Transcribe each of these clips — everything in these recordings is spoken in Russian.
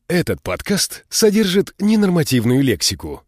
Этот подкаст содержит ненормативную лексику.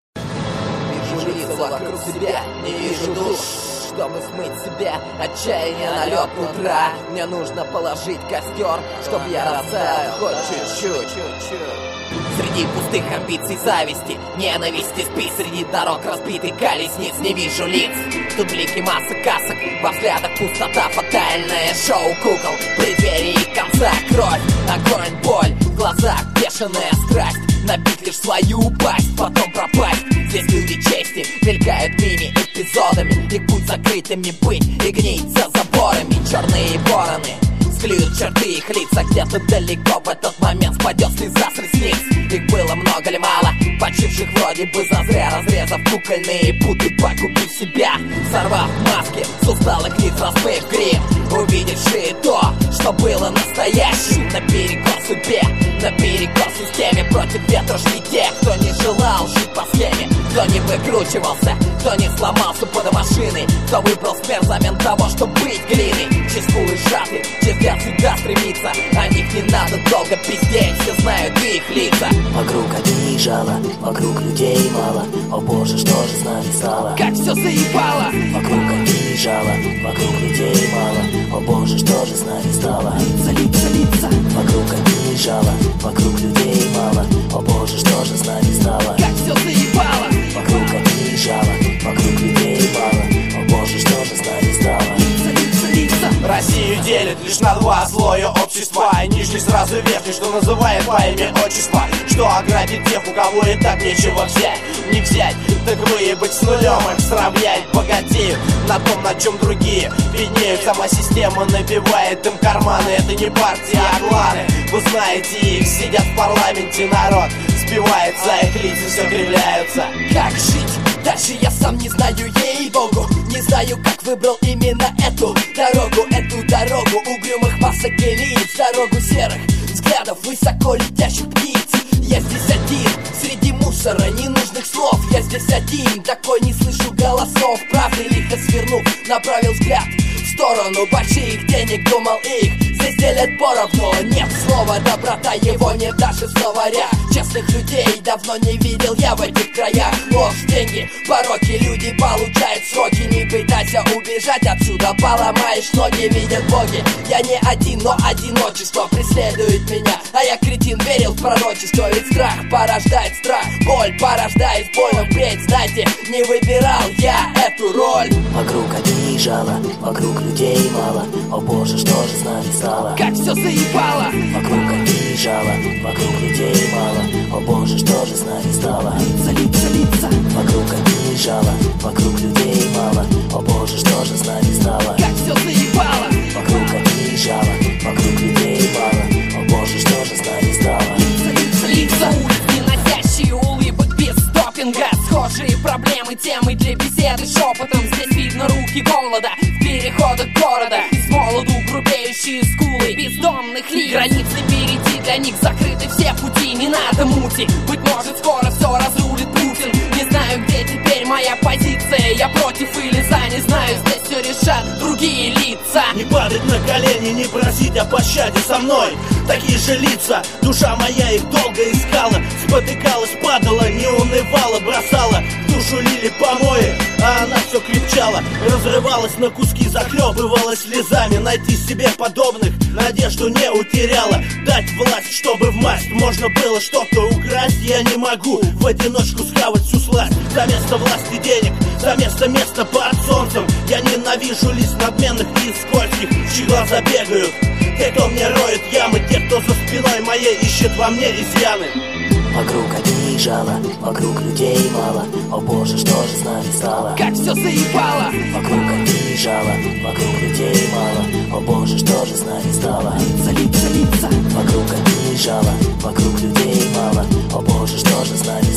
Вижу лица вокруг себя, не вижу душ. Чтобы смыть себя, отчаяние налет утра. Мне нужно положить костер, чтоб я растаял хоть чуть-чуть. Среди пустых амбиций, зависти, ненависти спи среди дорог разбитых колесниц. Не вижу лиц, тут блики масок касок, во взглядах пустота, фатальное шоу кукол. В преддверии конца кровь, огонь, боль, в глазах бешеная страсть. Набить лишь свою пасть, потом пропасть. Здесь люди чести мелькают мини-эпизодами. Их путь закрытыми быть и гнить за заборами. Черные вороны склюют черты их лица. Где-то далеко в этот момент спадет слеза с ресниц. Их было много ли мало, почивших вроде бы зазря, разрезав кукольные путы, погубив себя, сорвав маски с усталых лиц, расплыв грим, увидевшие то, что было настоящим. Наперекор судьбе, наперекор системе, против ветра шли те, кто не желал жить по схеме, кто не выкручивался, кто не сломался под машиной, кто выбрал смерть взамен того, чтобы быть глиной. Чьи скулы сжаты, чей взгляд всегда стремится, о них не надо долго пиздеть, все знают их лица. Вокруг одни жало, вокруг людей мало. О боже, что же с нами стало? Как все заебало! Вокруг одни жало, вокруг людей мало. О боже, что же с нами стало? Лица. Вокруг одни жало, вокруг людей мало. О боже, что же с нами стало? Как все заебало! Вокруг одни жало, вокруг людей мало. О боже, что же с нами стало? Россию делит лишь на два слоя общества. И нижний сразу верхний, что называет по имя отчества. Что ограбит тех, у кого и так нечего взять. Не взять, так выебать с нулем, их сравнять богатеют на том, на чем другие беднеют. Сама система набивает им карманы. Это не партия, а кланы. Вы знаете их, сидят в парламенте, народ сбивается, их лица все кривляются. Как жить? Даже я сам не знаю, ей-богу. Не знаю, как выбрал именно эту дорогу угрюмых масок и лиц, дорогу серых взглядов высоко летящих птиц. Я здесь один, среди мусора, ненужных слов. Я здесь один, такой не слышу голосов. Правды лихо свернув, направил взгляд в сторону больших денег, думал их здесь делят поровну. Нет слова доброта, его нет даже в словарях. Честных людей давно не видел я в этих краях. Ложь, деньги, пороки, люди получают сроки. Не пытайся убежать отсюда, поломаешь ноги, видят боги. Я не один, но одиночество преследует меня. А я, кретин, верил в пророчество. Ведь страх порождает страх, боль порождает боль. Впредь, знаете, не выбирал я эту роль. Вокруг одни жало, вокруг людей мало. О боже, что же с нами стало? Как все заебало! Вокруг одни жало, вокруг людей мало. О боже, что же с нами стало? Лица. Вокруг одни жало, вокруг людей мало. О боже, что же с нами стало? Как все заебало! Вокруг одни жало, вокруг людей мало. О боже, что же с нами стало? Лица, не носящие улыбок без допинга. Схожие проблемы, темы для беседы шепотом. Здесь видно руки голода в переходах города. С молоду грубеющие скулы бездомных лиц. Границы перейти, для них закрыты все пути. Не надо мути, быть может скоро все разрулит Путин. Не знаю, где теперь моя позиция. Я против или за, не знаю, здесь все решат другие лица. Не падать на колени, не просить о пощаде со мной. Такие же лица, душа моя их долго искала. Спотыкалась, падала, не унывала, бросала в душу лили помои, а она все крепчала. Разрывалась на куски, захлебывалась слезами. Найти себе подобных надежду не утеряла. Дать власть, чтобы в масть можно было что-то украсть. Я не могу в одиночку схавать всю сласть. За место власти денег, за место под солнцем. Я ненавижу лист надменных и скользких, чьи глаза бегают. Те, кто мне роет ямы, те, кто за спиной моей ищет во мне изъяны. Вокруг одни жало, вокруг людей мало. О боже, что же с нами стало? Как все заебало! Вокруг одни жало, вокруг людей мало. О боже, что же с нами стало? Лица. Вокруг одни жало, вокруг людей мало. О боже, что же с нами